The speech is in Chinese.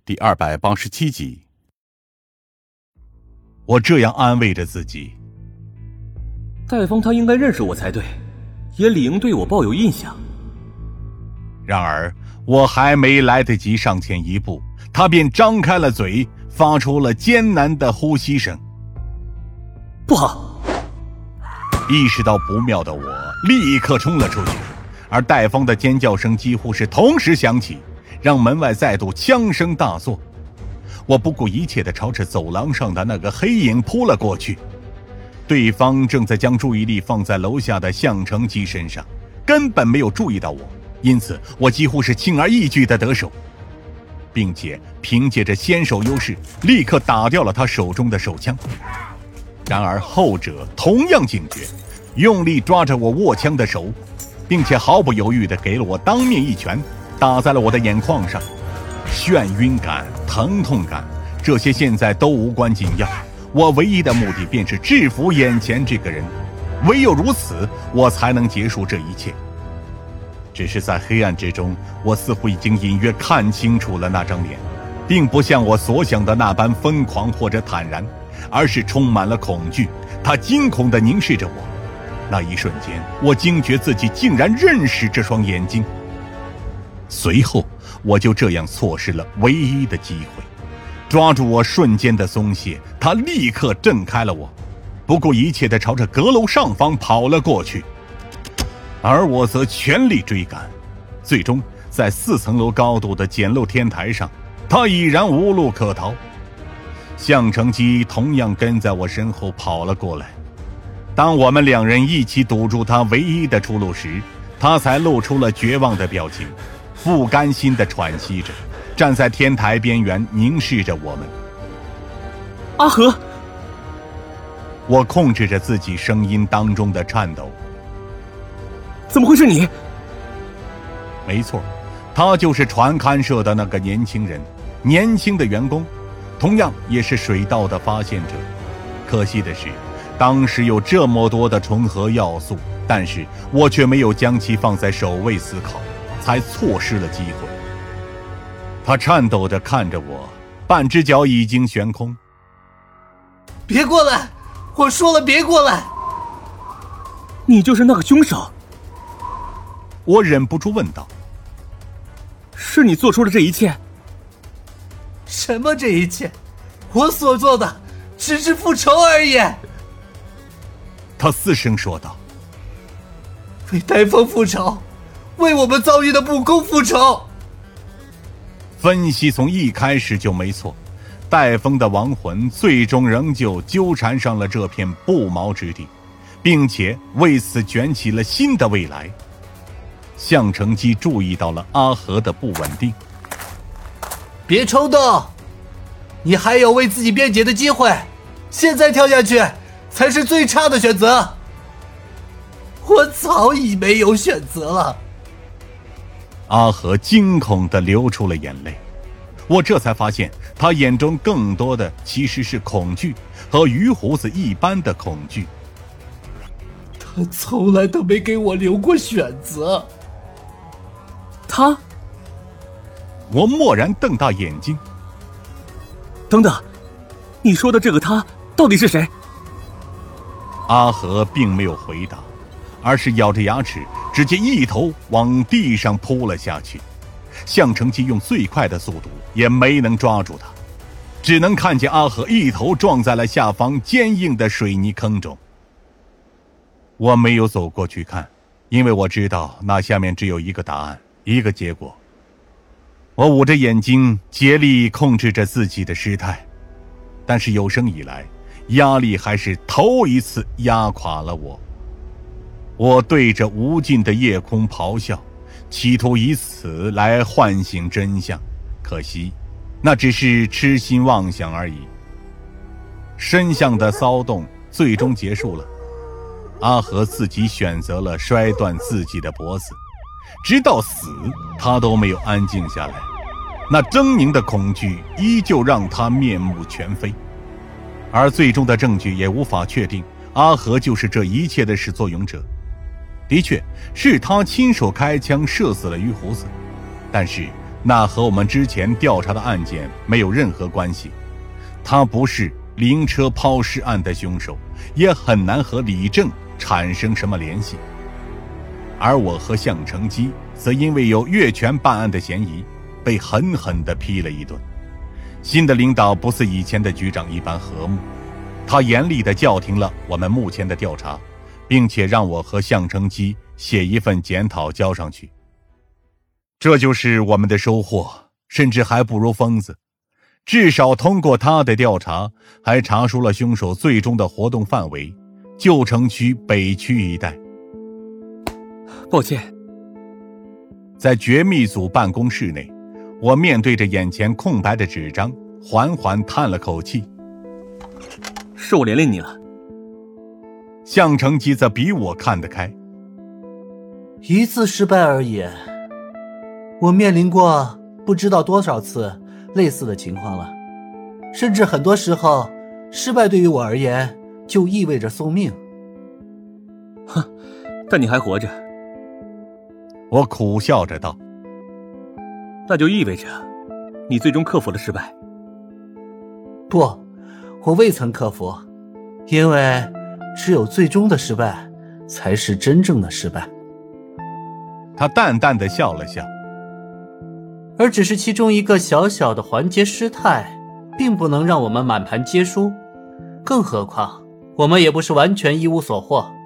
第287集。我这样安慰着自己。 戴峰他应该认识我才对，也理应对我抱有印象。 然而我还没来得及上前一步，他便张开了嘴，发出了艰难的呼吸声。 不好！ 意识到不妙的我立刻冲了出去，而戴峰的尖叫声几乎是同时响起，让门外再度枪声大作。我不顾一切地朝着走廊上的那个黑影扑了过去，对方正在将注意力放在楼下的项承基身上，根本没有注意到我，因此我几乎是轻而易举地得手，并且凭借着先手优势立刻打掉了他手中的手枪。然而后者同样警觉，用力抓着我握枪的手，并且毫不犹豫地给了我当面一拳，打在了我的眼眶上。眩晕感、疼痛感，这些现在都无关紧要，我唯一的目的便是制服眼前这个人，唯有如此我才能结束这一切。只是在黑暗之中，我似乎已经隐约看清楚了那张脸，并不像我所想的那般疯狂或者坦然，而是充满了恐惧。他惊恐地凝视着我，那一瞬间我惊觉自己竟然认识这双眼睛。随后我就这样错失了唯一的机会，抓住我瞬间的松懈，他立刻震开了我，不顾一切地朝着阁楼上方跑了过去，而我则全力追赶。最终在4层楼高度的简陋天台上，他已然无路可逃。项承基同样跟在我身后跑了过来，当我们两人一起堵住他唯一的出路时，他才露出了绝望的表情，不甘心地喘息着，站在天台边缘凝视着我们。 阿和！ 我控制着自己声音当中的颤抖。 怎么会是你？ 没错，他就是传刊社的那个年轻人，年轻的员工，同样也是水稻的发现者。可惜的是，当时有这么多的重合要素，但是我却没有将其放在首位思考，才错失了机会。他颤抖地看着我，半只脚已经悬空。 别过来！我说了别过来！ 你就是那个凶手？ 我忍不住问道。 是你做出了这一切？ 什么这一切？我所做的只是复仇而已。 他嘶声说道。 为戴峰复仇，为我们遭遇的不公复仇。 分析从一开始就没错，戴峰的亡魂最终仍旧纠缠上了这片不毛之地，并且为此卷起了新的未来。项承基注意到了阿和的不稳定。 别冲动，你还有为自己辩解的机会，现在跳下去才是最差的选择。我早已没有选择了。 阿和惊恐地流出了眼泪，我这才发现他眼中更多的其实是恐惧，和鱼胡子一般的恐惧。 他从来都没给我留过选择。 他？ 我蓦然瞪大眼睛。 等等，你说的这个他到底是谁？ 阿和并没有回答，而是咬着牙齿直接一头往地上扑了下去。项承基用最快的速度也没能抓住他，只能看见阿和一头撞在了下方坚硬的水泥坑中。我没有走过去看，因为我知道那下面只有一个答案，一个结果。我捂着眼睛，竭力控制着自己的失态，但是有生以来，压力还是头一次压垮了我。我对着无尽的夜空咆哮，企图以此来唤醒真相，可惜那只是痴心妄想而已。深巷的骚动最终结束了，阿和自己选择了摔断自己的脖子，直到死他都没有安静下来，那狰狞的恐惧依旧让他面目全非。而最终的证据也无法确定阿和就是这一切的始作俑者。的确是他亲手开枪射死了鱼胡子，但是那和我们之前调查的案件没有任何关系。他不是灵车抛尸案的凶手，也很难和李正产生什么联系。而我和向成基则因为有越权办案的嫌疑，被狠狠地批了一顿。新的领导不似以前的局长一般和睦，他严厉地叫停了我们目前的调查，并且让我和向成基写一份检讨交上去。这就是我们的收获，甚至还不如疯子。至少通过他的调查，还查出了凶手最终的活动范围，旧城区北区一带。 抱歉。 在绝密组办公室内，我面对着眼前空白的纸张，缓缓叹了口气。 是我连累你了。 向成基则比我看得开。 一次失败而已，我面临过不知道多少次类似的情况了，甚至很多时候，失败对于我而言就意味着送命。 哼，但你还活着。 我苦笑着道。 那就意味着你最终克服了失败。 不，我未曾克服，因为只有最终的失败才是真正的失败。 他淡淡地笑了笑。 而只是其中一个小小的环节失态，并不能让我们满盘皆输，更何况我们也不是完全一无所获。